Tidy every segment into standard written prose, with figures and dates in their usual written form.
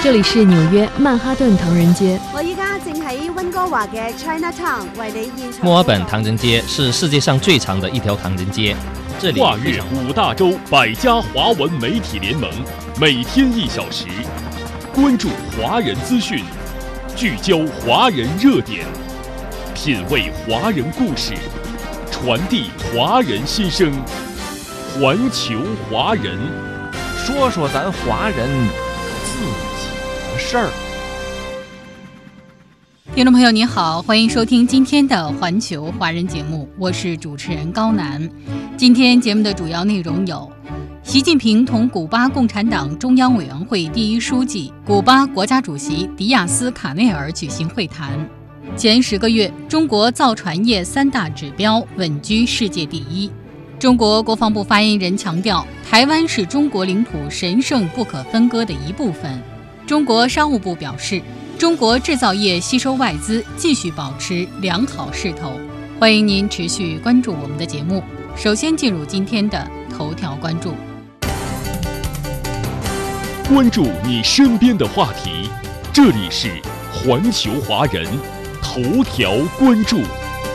这里是纽约曼哈顿唐人街。 我依家正喺温哥華嘅 Chinatown 為你現場。 墨爾本唐人街是世界上最长的一条唐人街，这里跨越5大洲100家华文媒体联盟，每天1小时，关注华人资讯，聚焦华人热点，品味华人故事，传递华人心声，环球华人， 说说咱华人自己的事儿。 听众朋友您好，欢迎收听今天的环球华人节目，我是主持人高楠。今天节目的主要内容有：习近平同古巴共产党中央委员会第一书记、古巴国家主席迪亚斯卡内尔举行会谈；前10个月，中国造船业3大指标稳居世界第一；中国国防部发言人强调，台湾是中国领土神圣不可分割的一部分；中国商务部表示，中国制造业吸收外资继续保持良好势头。欢迎您持续关注我们的节目。首先进入今天的头条关注。 关注你身边的话题，这里是环球华人头条关注。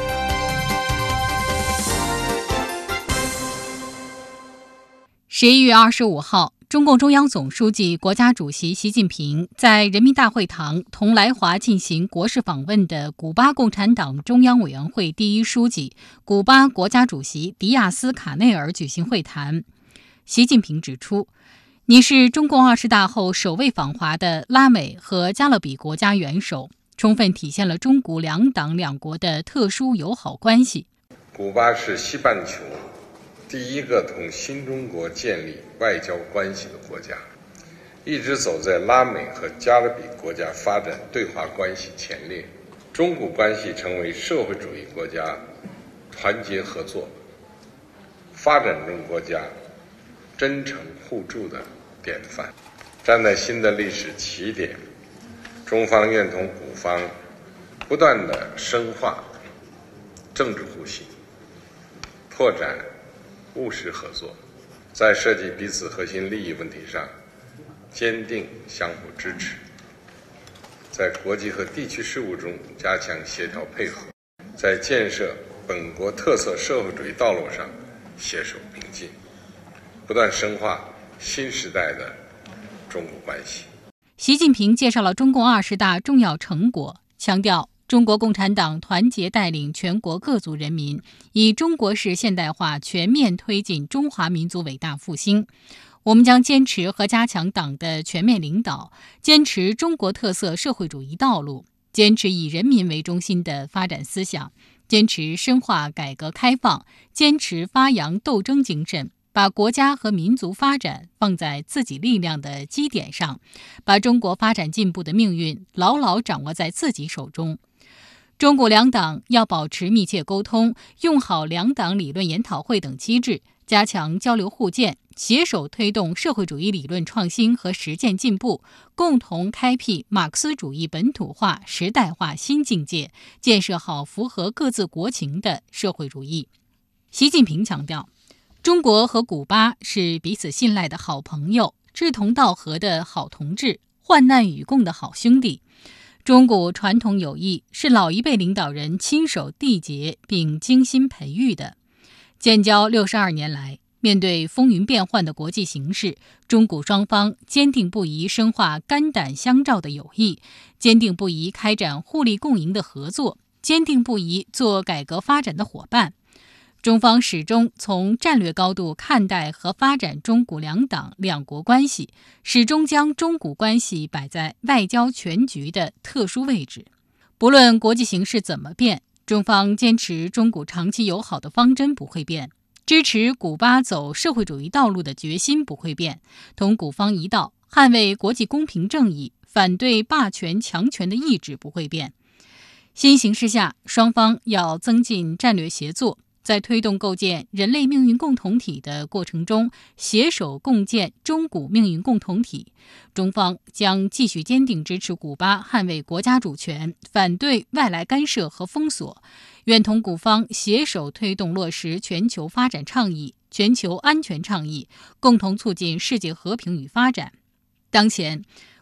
11月25号，中共中央总书记、国家主席习近平在人民大会堂同来华进行国事访问的古巴共产党中央委员会第一书记、古巴国家主席迪亚斯卡内尔举行会谈。习近平指出，你是中共20大后首位访华的拉美和加勒比国家元首，充分体现了中古两党两国的特殊友好关系。 古巴是西半球第一个同新中国建立外交关系的国家，一直走在拉美和加勒比国家发展对华关系前列，中古关系成为社会主义国家团结合作、发展中国家真诚互助的典范。站在新的历史起点，中方愿同古方不断地深化政治互信，拓展务实合作，在涉及彼此核心利益问题上坚定相互支持，在国际和地区事务中加强协调配合，在建设本国特色社会主义道路上携手并进，不断深化新时代的中古关系。 习近平介绍了中共20大重要成果，强调中国共产党团结带领全国各族人民，以中国式现代化全面推进中华民族伟大复兴。我们将坚持和加强党的全面领导，坚持中国特色社会主义道路，坚持以人民为中心的发展思想，坚持深化改革开放，坚持发扬斗争精神，把国家和民族发展放在自己力量的基点上，把中国发展进步的命运牢牢掌握在自己手中。中古两党要保持密切沟通，用好两党理论研讨会等机制，加强交流互鉴，携手推动社会主义理论创新和实践进步，共同开辟马克思主义本土化、时代化新境界，建设好符合各自国情的社会主义。习近平强调，中国和古巴是彼此信赖的好朋友，志同道合的好同志，患难与共的好兄弟。中古传统友谊是老一辈领导人亲手缔结并精心培育的。建交62年来，面对风云变幻的国际形势，中古双方坚定不移深化肝胆相照的友谊，坚定不移开展互利共赢的合作，坚定不移做改革发展的伙伴。中方始终从战略高度看待和发展中古两党两国关系，始终将中古关系摆在外交全局的特殊位置。不论国际形势怎么变，中方坚持中古长期友好的方针不会变，支持古巴走社会主义道路的决心不会变，同古方一道捍卫国际公平正义、反对霸权强权的意志不会变。新形势下，双方要增进战略协作，在推动构建人类命运共同体的过程中，携手共建中古命运共同体。中方将继续坚定支持古巴捍卫国家主权，反对外来干涉和封锁，愿同古方携手推动落实全球发展倡议、全球安全倡议，共同促进世界和平与发展。当前，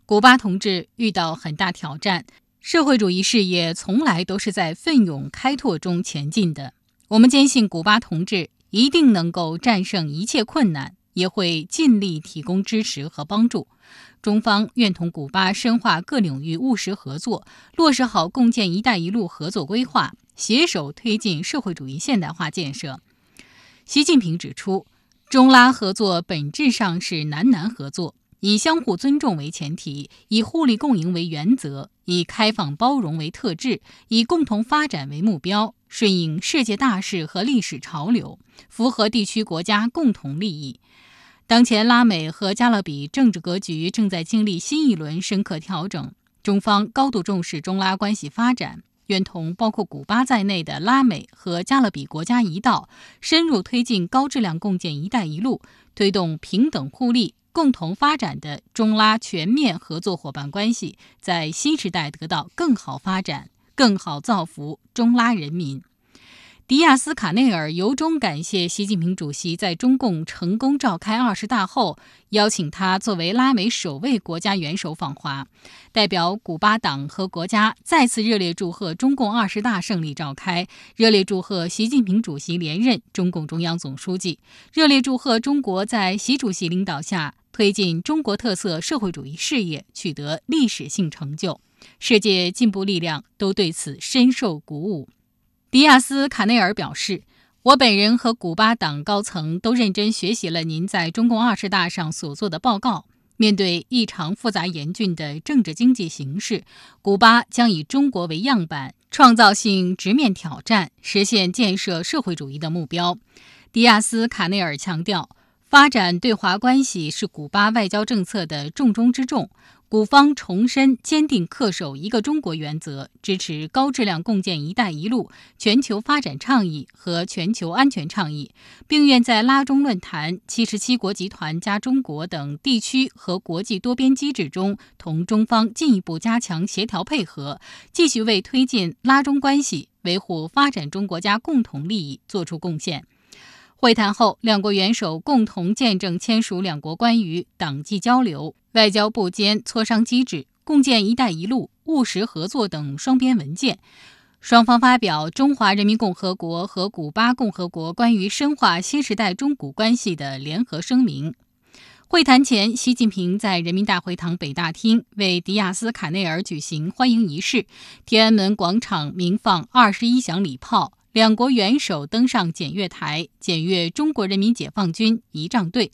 古巴同志遇到很大挑战，社会主义事业从来都是在奋勇开拓中前进的。我们坚信古巴同志一定能够战胜一切困难，也会尽力提供支持和帮助。中方愿同古巴深化各领域务实合作，落实好共建“一带一路”合作规划，携手推进社会主义现代化建设。习近平指出，中拉合作本质上是南南合作，以相互尊重为前提，以互利共赢为原则，以开放包容为特质，以共同发展为目标，顺应世界大势和历史潮流，符合地区国家共同利益。当前拉美和加勒比政治格局正在经历新一轮深刻调整，中方高度重视中拉关系发展，愿同包括古巴在内的拉美和加勒比国家一道，深入推进高质量共建“一带一路”，推动平等互利、共同发展的中拉全面合作伙伴关系在新时代得到更好发展，更好造福中拉人民。迪亚斯卡内尔由衷感谢习近平主席在中共成功召开20大后，邀请他作为拉美首位国家元首访华，代表古巴党和国家再次热烈祝贺中共20大胜利召开，热烈祝贺习近平主席连任中共中央总书记，热烈祝贺中国在习主席领导下推进中国特色社会主义事业取得历史性成就，世界进步力量都对此深受鼓舞。迪亚斯卡内尔表示，我本人和古巴党高层都认真学习了您在中共20大上所做的报告。面对异常复杂严峻的政治经济形势，古巴将以中国为样板，创造性直面挑战，实现建设社会主义的目标。迪亚斯卡内尔强调，发展对华关系是古巴外交政策的重中之重。古方重申坚定恪守一个中国原则，支持高质量共建“一带一路”全球发展倡议和全球安全倡议，并愿在拉中论坛、77国集团加中国等地区和国际多边机制中，同中方进一步加强协调配合，继续为推进拉中关系、维护发展中国家共同利益作出贡献。会谈后，两国元首共同见证签署两国关于党际交流、外交部间磋商机制、共建“一带一路”务实合作等双边文件。双方发表《中华人民共和国和古巴共和国关于深化新时代中古关系的联合声明》。会谈前，习近平在人民大会堂北大厅为迪亚斯卡内尔举行欢迎仪式，天安门广场鸣放21响礼炮。两国元首登上检阅台，检阅中国人民解放军仪仗队。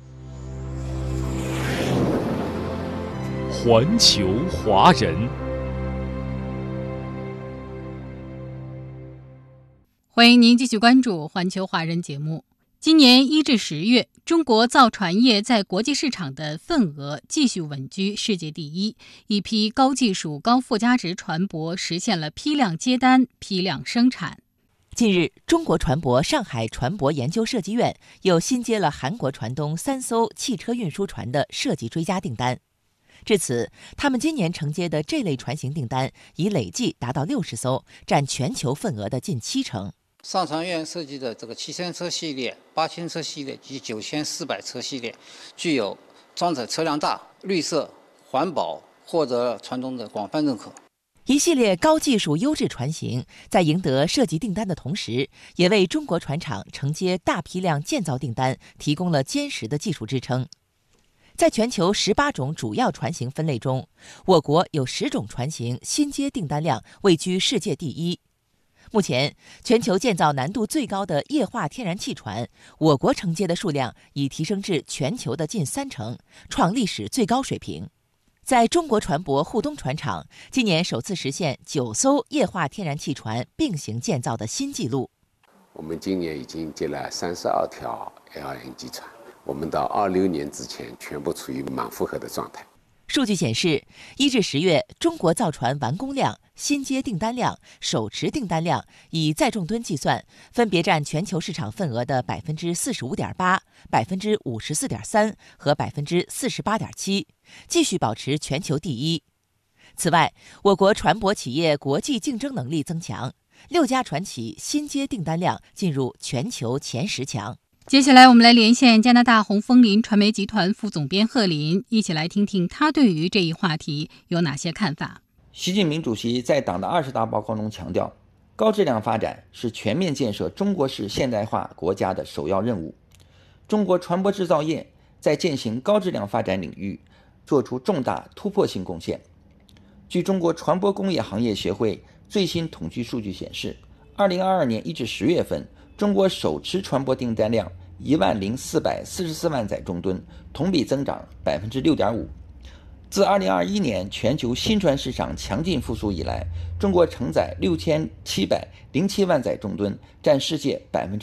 环球华人， 欢迎您继续关注环球华人节目。今年1至10月，中国造船业在国际市场的份额继续稳居世界第一，一批高技术、高附加值船舶实现了批量接单、批量生产。 近日，中国船舶上海船舶研究设计院又新接了韩国船东3艘汽车运输船的设计追加订单。至此，他们今年承接的这类船型订单已累计达到60艘，占全球份额的近70%。 上船院设计的这个7000车系列、8000车系列及9400车系列，具有装载车辆大、绿色、环保，获得船东的广泛认可。 一系列高技术优质船型在赢得设计订单的同时，也为中国船厂承接大批量建造订单提供了坚实的技术支撑。在全球18种主要船型分类中，我国有10种船型新接订单量位居世界第一。目前，全球建造难度最高的液化天然气船，我国承接的数量已提升至全球的近30%，创历史最高水平。在中国船舶沪东船厂，今年首次实现9艘液化天然气船并行建造的新纪录。 我们今年已经接了32条 LNG 船，我们到26年之前全部处于满负荷的状态。 数据显示，1至10月，中国造船完工量、新接订单量、手持订单量以载重吨计算，分别占全球市场份额的45.8%、54.3%和48.7%，继续保持全球第一。此外，我国船舶企业国际竞争能力增强，6家船企新接订单量进入全球前10强。 接下来我们来连线加拿大红枫林传媒集团副总编贺林，一起来听听他对于这一话题有哪些看法。 习近平主席在党的20大报告中强调，高质量发展是全面建设中国式现代化国家的首要任务。中国船舶制造业在践行高质量发展领域做出重大突破性贡献。据中国船舶工业行业协会最新统计数据显示，2022年1至10月份，中国手持船舶订单量10444万载中吨，同比增长 6.5%。自2021年全球新船市场强劲复苏以来，中国承载6707万载中吨，占世界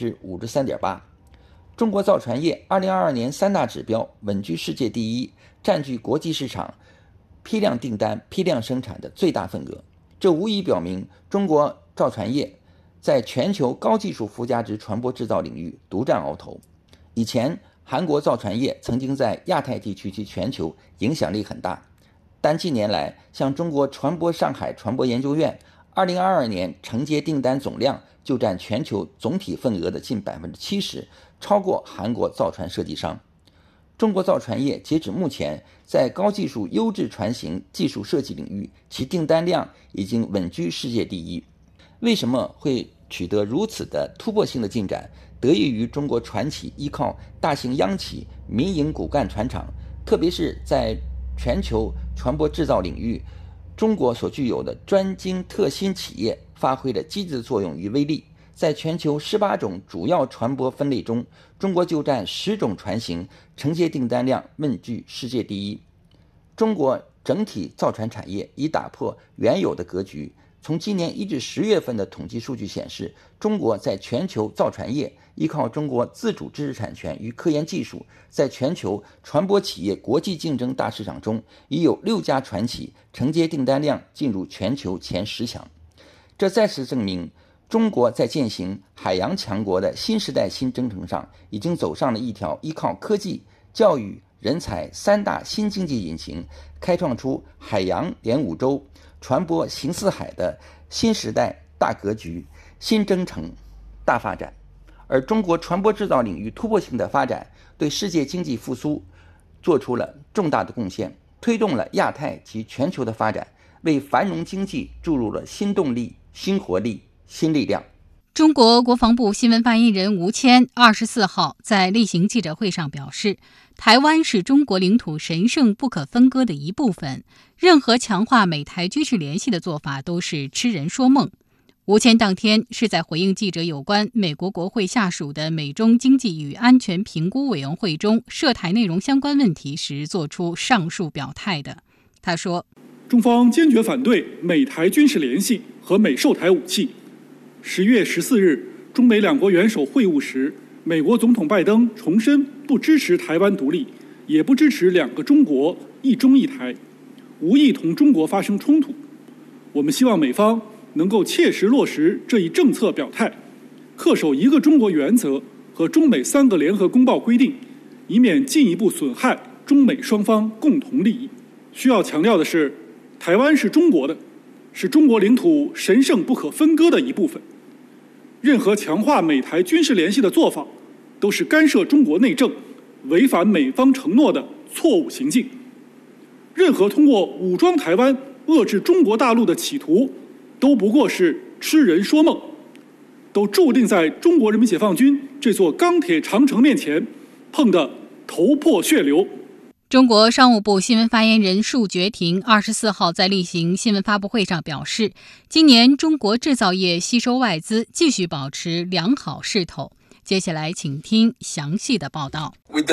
53.8%。中国造船业2022年3大指标稳居世界第一，占据国际市场批量订单、批量生产的最大份额。这无疑表明中国造船业在全球高技术附加值船舶制造领域独占鳌头。以前韩国造船业曾经在亚太地区及全球影响力很大，但近年来像中国船舶上海船舶研究院2022年承接订单总量就占全球总体份额的近 70%， 超过韩国造船设计商。中国造船业截止目前在高技术优质船型技术设计领域，其订单量已经稳居世界第一。为什么会取得如此的突破性的进展？得益于中国船企依靠大型央企、民营骨干船厂，特别是在全球船舶制造领域，中国所具有的专精特新企业发挥了积极的作用与威力。在全球18种主要船舶分类中，中国就占10种船型承接订单量位居世界第一。中国整体造船产业已打破原有的格局。从今年1至10月份的统计数据显示，中国在全球造船业依靠中国自主知识产权与科研技术，在全球船舶企业国际竞争大市场中，已有6家船企承接订单量进入全球前10强。这再次证明，中国在践行海洋强国的新时代新征程上，已经走上了一条依靠科技、教育、人才3大新经济引擎，开创出海洋连5洲、船舶行4海的新时代大格局、新征程大发展。而中国船舶制造领域突破性的发展，对世界经济复苏做出了重大的贡献，推动了亚太及全球的发展，为繁荣经济注入了新动力、新活力、新力量。 中国国防部新闻发言人吴谦24号在例行记者会上表示，台湾是中国领土神圣不可分割的一部分，任何强化美台军事联系的做法都是痴人说梦。吴谦当天是在回应记者有关美国国会下属的美中经济与安全评估委员会中涉台内容相关问题时做出上述表态的。他说， 中方坚决反对美台军事联系和美售台武器。10月14日，中美两国元首会晤时，美国总统拜登重申不支持台湾独立，也不支持2个中国、一中一台，无意同中国发生冲突。我们希望美方能够切实落实这一政策表态，恪守一个中国原则和中美3个联合公报规定，以免进一步损害中美双方共同利益。需要强调的是，台湾是中国的，是中国领土神圣不可分割的一部分。任何强化美台军事联系的做法，都是干涉中国内政、违反美方承诺的错误行径。任何通过武装台湾遏制中国大陆的企图，都不过是痴人说梦，都注定在中国人民解放军这座钢铁长城面前碰得头破血流。 中国商务部新闻发言人束觉庭24号在例行新闻发布会上表示，今年中国制造业吸收外资继续保持良好势头。接下来请听详细的报道。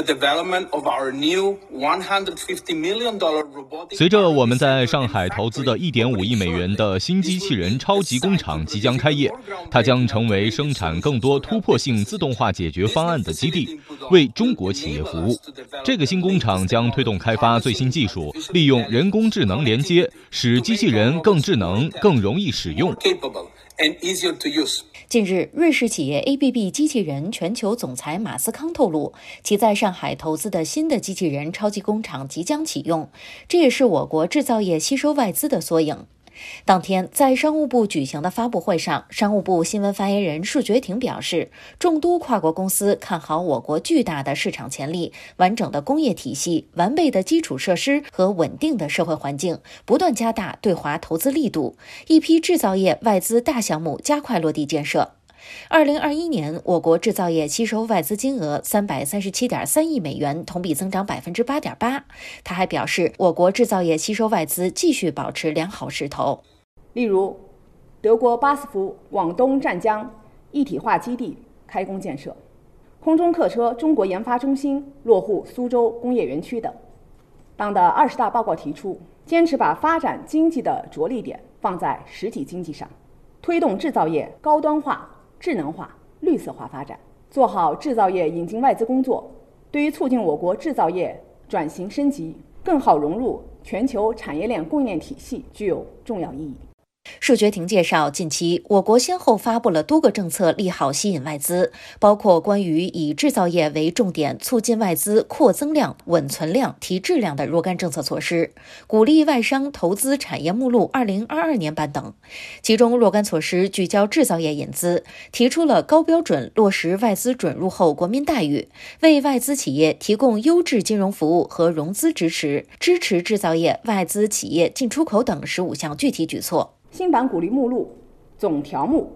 随着我们在上海投资的1.5亿美元的新机器人超级工厂即将开业，它将成为生产更多突破性自动化解决方案的基地，为中国企业服务。这个新工厂将推动开发最新技术，利用人工智能连接，使机器人更智能、更容易使用。 近日，瑞士企业 ABB 机器人全球总裁马斯康透露，其在上海投资的新的机器人超级工厂即将启用，这也是我国制造业吸收外资的缩影。 当天，在商务部举行的发布会上，商务部新闻发言人束觉婷表示，众多跨国公司看好我国巨大的市场潜力、完整的工业体系、完备的基础设施和稳定的社会环境，不断加大对华投资力度，一批制造业外资大项目加快落地建设。2021年，我国制造业吸收外资金额337.3亿美元，同比增长8.8%。他还表示，我国制造业吸收外资继续保持良好势头。 例如，德国巴斯夫广东湛江一体化基地开工建设，空中客车中国研发中心落户苏州工业园区等。党的20大报告提出，坚持把发展经济的着力点放在实体经济上，推动制造业高端化、智能化、绿色化发展，做好制造业引进外资工作，对于促进我国制造业转型升级、更好融入全球产业链供应链体系具有重要意义。 束觉婷介绍，近期我国先后发布了多个政策利好吸引外资，包括关于以制造业为重点促进外资扩增量、稳存量、提质量的若干政策措施，鼓励外商投资产业目录2022年版等。其中若干措施聚焦制造业引资，提出了高标准落实外资准入后国民待遇，为外资企业提供优质金融服务和融资支持，支持制造业外资企业进出口等15项具体举措。 新版鼓励目录总条目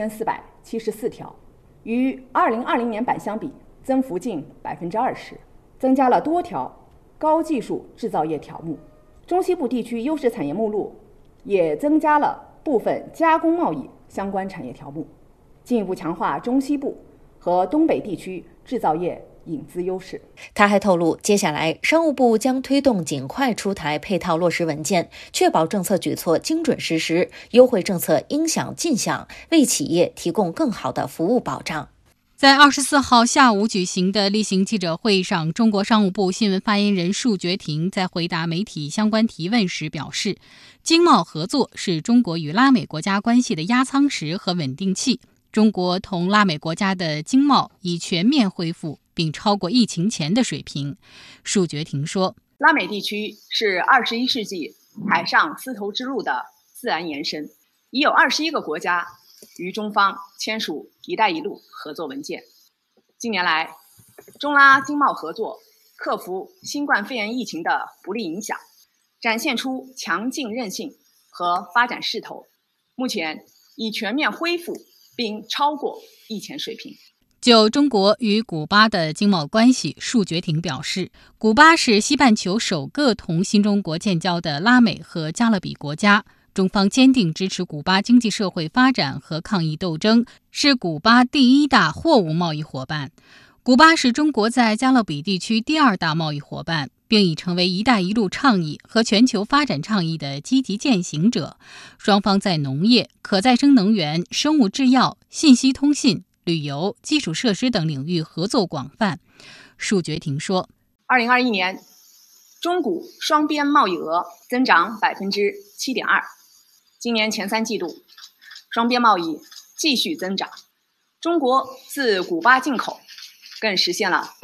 1474条，与2020年版相比增幅近20%，增加了多条高技术制造业条目。中西部地区优势产业目录也增加了部分加工贸易相关产业条目，进一步强化中西部和东北地区制造业引资优势。 他还透露，接下来商务部将推动尽快出台配套落实文件，确保政策举措精准实施，优惠政策应享尽享，为企业提供更好的服务保障。 在24号下午举行的例行记者会上，中国商务部新闻发言人束觉婷在回答媒体相关提问时表示，经贸合作是中国与拉美国家关系的压舱石和稳定器。中国同拉美国家的经贸已全面恢复，并超过疫情前的水平。束觉婷说， 拉美地区是21世纪海上丝绸之路的自然延伸，已有21个国家与中方签署“一带一路”合作文件。近年来，中拉经贸合作克服新冠肺炎疫情的不利影响，展现出强劲韧性和发展势头，目前已全面恢复并超过疫前水平。 就中国与古巴的经贸关系，束觉婷表示，古巴是西半球首个同新中国建交的拉美和加勒比国家，中方坚定支持古巴经济社会发展和抗疫斗争，是古巴第1大货物贸易伙伴。古巴是中国在加勒比地区第2大贸易伙伴，并已成为“一带一路”倡议和全球发展倡议的积极践行者。双方在农业、可再生能源、生物制药、信息通信、旅游、基础设施等领域合作广泛。束觉婷说 ，2021年中古双边贸易额增长7.2%，今年前3季度双边贸易继续增长，中国自古巴进口更实现了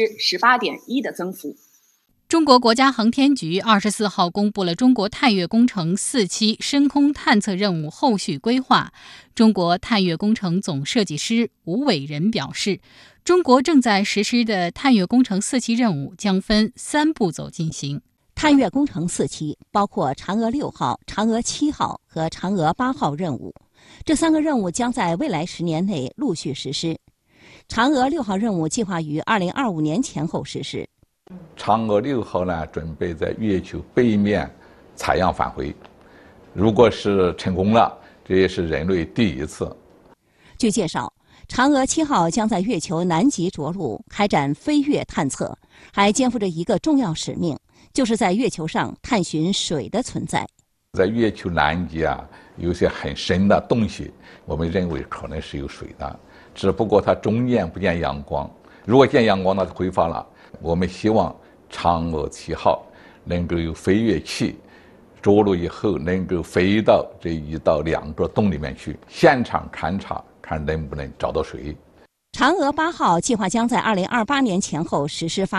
18.1%的增幅。 中国国家航天局24号公布了中国探月工程4期深空探测任务后续规划。中国探月工程总设计师吴伟仁表示，中国正在实施的探月工程4期任务将分3步走进行。 探月工程4期包括嫦娥6号、嫦娥7号和嫦娥8号任务，这3个任务将在未来10年内陆续实施。嫦娥6号任务计划于2025年前后实施。 嫦娥6号呢，准备在月球背面采样返回，如果是成功了，这也是人类第1次。 据介绍，嫦娥7号将在月球南极着陆，开展飞月探测，还肩负着一个重要使命，就是在月球上探寻水的存在。 在月球南极有些很深的东西，我们认为可能是有水的，只不过它中间不见阳光，如果见阳光那就挥发了。我们希望嫦娥7号能够有飞跃器，着陆以后能够飞到这1到2个洞里面去，现场勘察，看能不能找到水。 嫦娥8号计划将在2028年前后实施发射，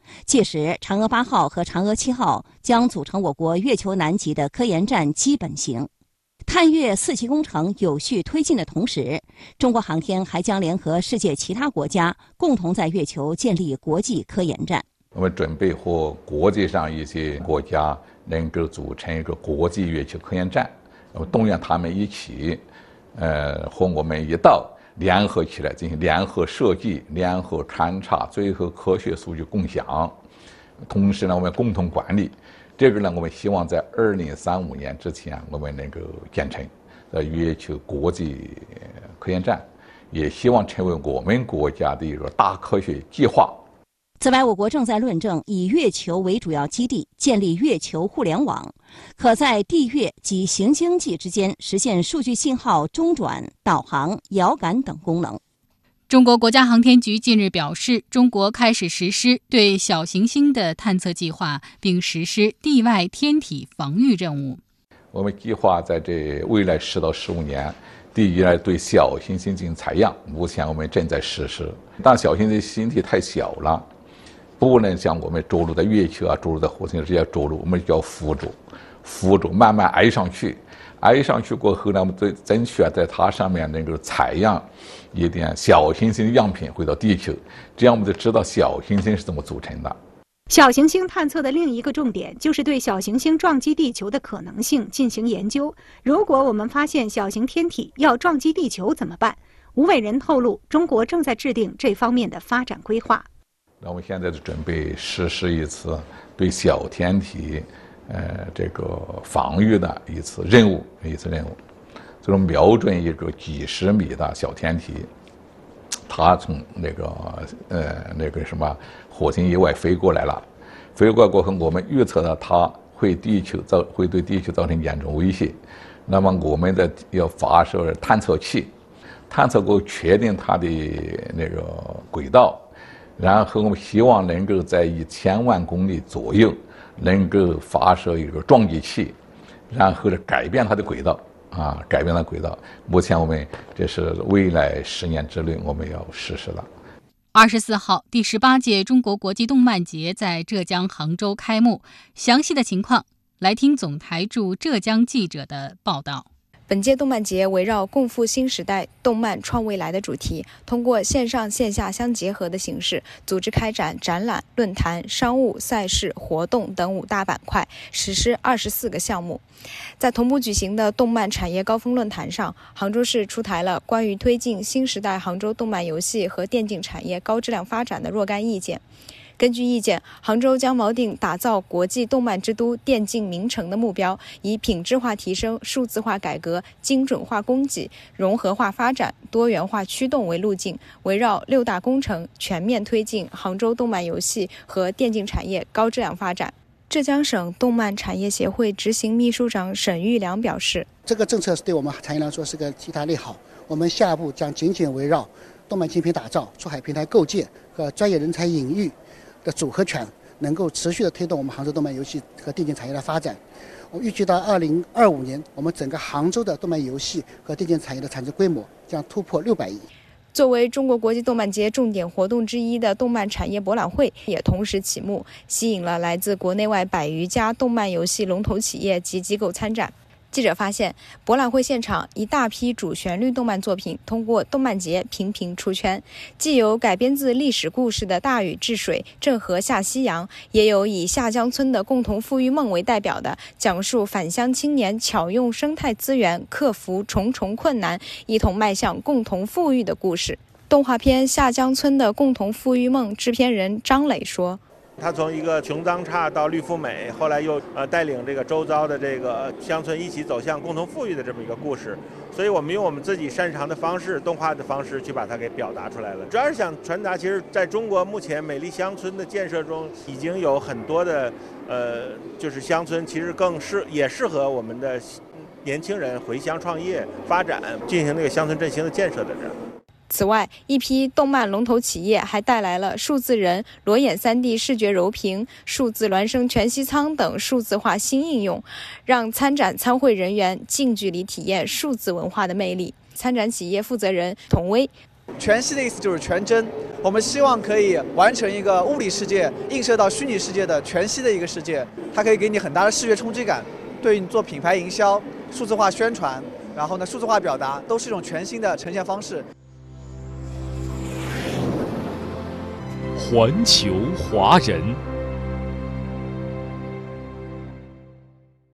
届时，嫦娥8号和嫦娥7号将组成我国月球南极的科研站基本型。探月4期工程有序推进的同时，中国航天还将联合世界其他国家，共同在月球建立国际科研站。 我们准备和国际上一些国家能够组成一个国际月球科研站，动员他们一起，和我们一道联合起来进行联合设计、联合勘察，最后科学数据共享。同时呢，我们共同管理。这个呢，我们希望在2035年之前，我们能够建成月球国际科研站，也希望成为我们国家的一个大科学计划。 此外，我国正在论证以月球为主要基地，建立月球互联网，可在地月及行星际之间实现数据信号中转、导航、遥感等功能。 中国国家航天局近日表示，中国开始实施对小行星的探测计划，并实施地外天体防御任务。 我们计划在这未来10到15年，第一呢，对小行星进行采样，目前我们正在实施。但小行星星体太小了，不能像我们着陆在月球啊、着陆在火星直接着陆，我们叫辅助慢慢挨上去。挨上去过后呢，我们争取在它上面能够采样一点小行星的样品回到地球，这样我们就知道小行星是怎么组成的。 小行星探测的另一个重点就是对小行星撞击地球的可能性进行研究。如果我们发现小型天体要撞击地球怎么办？吴伟仁透露，中国正在制定这方面的发展规划。 那我们现在就准备实施一次对小天体这个防御的一次任务，就是瞄准一个几十米的小天体，它从那个火星以外飞过来了，飞过来过后，我们预测到它会对地球造成严重威胁，那么我们要发射探测器，探测过确定它的那个轨道，然后我们希望能够在1000万公里左右能够发射一个撞击器，然后呢改变它的轨道。目前我们这是未来10年之内我们要实施的。 24号，第18届中国国际动漫节在浙江杭州开幕。详细的情况，来听总台驻浙江记者的报道。 本届动漫节围绕共赴新时代、动漫创未来的主题，通过线上线下相结合的形式，组织开展展览、论坛、商务、赛事、活动等5大板块，实施24个项目。在同步举行的动漫产业高峰论坛上，杭州市出台了关于推进新时代杭州动漫游戏和电竞产业高质量发展的若干意见。根据意见，杭州将锚定打造国际动漫之都、电竞名城的目标，以品质化提升、数字化改革、精准化供给、融合化发展、多元化驱动为路径，围绕6大工程全面推进杭州动漫游戏和电竞产业高质量发展。浙江省动漫产业协会执行秘书长沈玉良表示， 这个政策对我们产业来说是个极大利好，我们下一步将紧紧围绕动漫精品打造、出海平台构建和专业人才引育的组合拳，能够持续的推动我们杭州动漫游戏和电竞产业的发展。我预计到2025年，我们整个杭州的动漫游戏和电竞产业的产值规模将突破600亿。 作为中国国际动漫节重点活动之一的动漫产业博览会也同时启幕，吸引了来自国内外100余家动漫游戏龙头企业及机构参展。记者发现，博览会现场一大批主旋律动漫作品通过动漫节频频出圈，既有改编自历史故事的大禹治水、郑和下西洋，也有以下江村的共同富裕梦为代表的，讲述返乡青年巧用生态资源克服重重困难，一同迈向共同富裕的故事。动画片《下江村的共同富裕梦》制片人张磊说， 他从一个穷脏差到绿富美，后来又带领这个周遭的这个乡村一起走向共同富裕的这么一个故事，所以我们用我们自己擅长的方式，动画的方式去把它给表达出来了。主要是想传达，其实在中国目前美丽乡村的建设中，已经有很多的就是乡村其实也适合我们的年轻人回乡创业发展，进行那个乡村振兴的建设的这样。 此外，一批动漫龙头企业还带来了数字人、裸眼 3D 视觉柔屏、数字孪生全息舱等数字化新应用，让参展参会人员近距离体验数字文化的魅力。参展企业负责人童威， 全息的意思就是全真，我们希望可以完成一个物理世界映射到虚拟世界的全息的一个世界，它可以给你很大的视觉冲击感，对于你做品牌营销、数字化宣传，然后呢数字化表达，都是一种全新的呈现方式。 环球华人。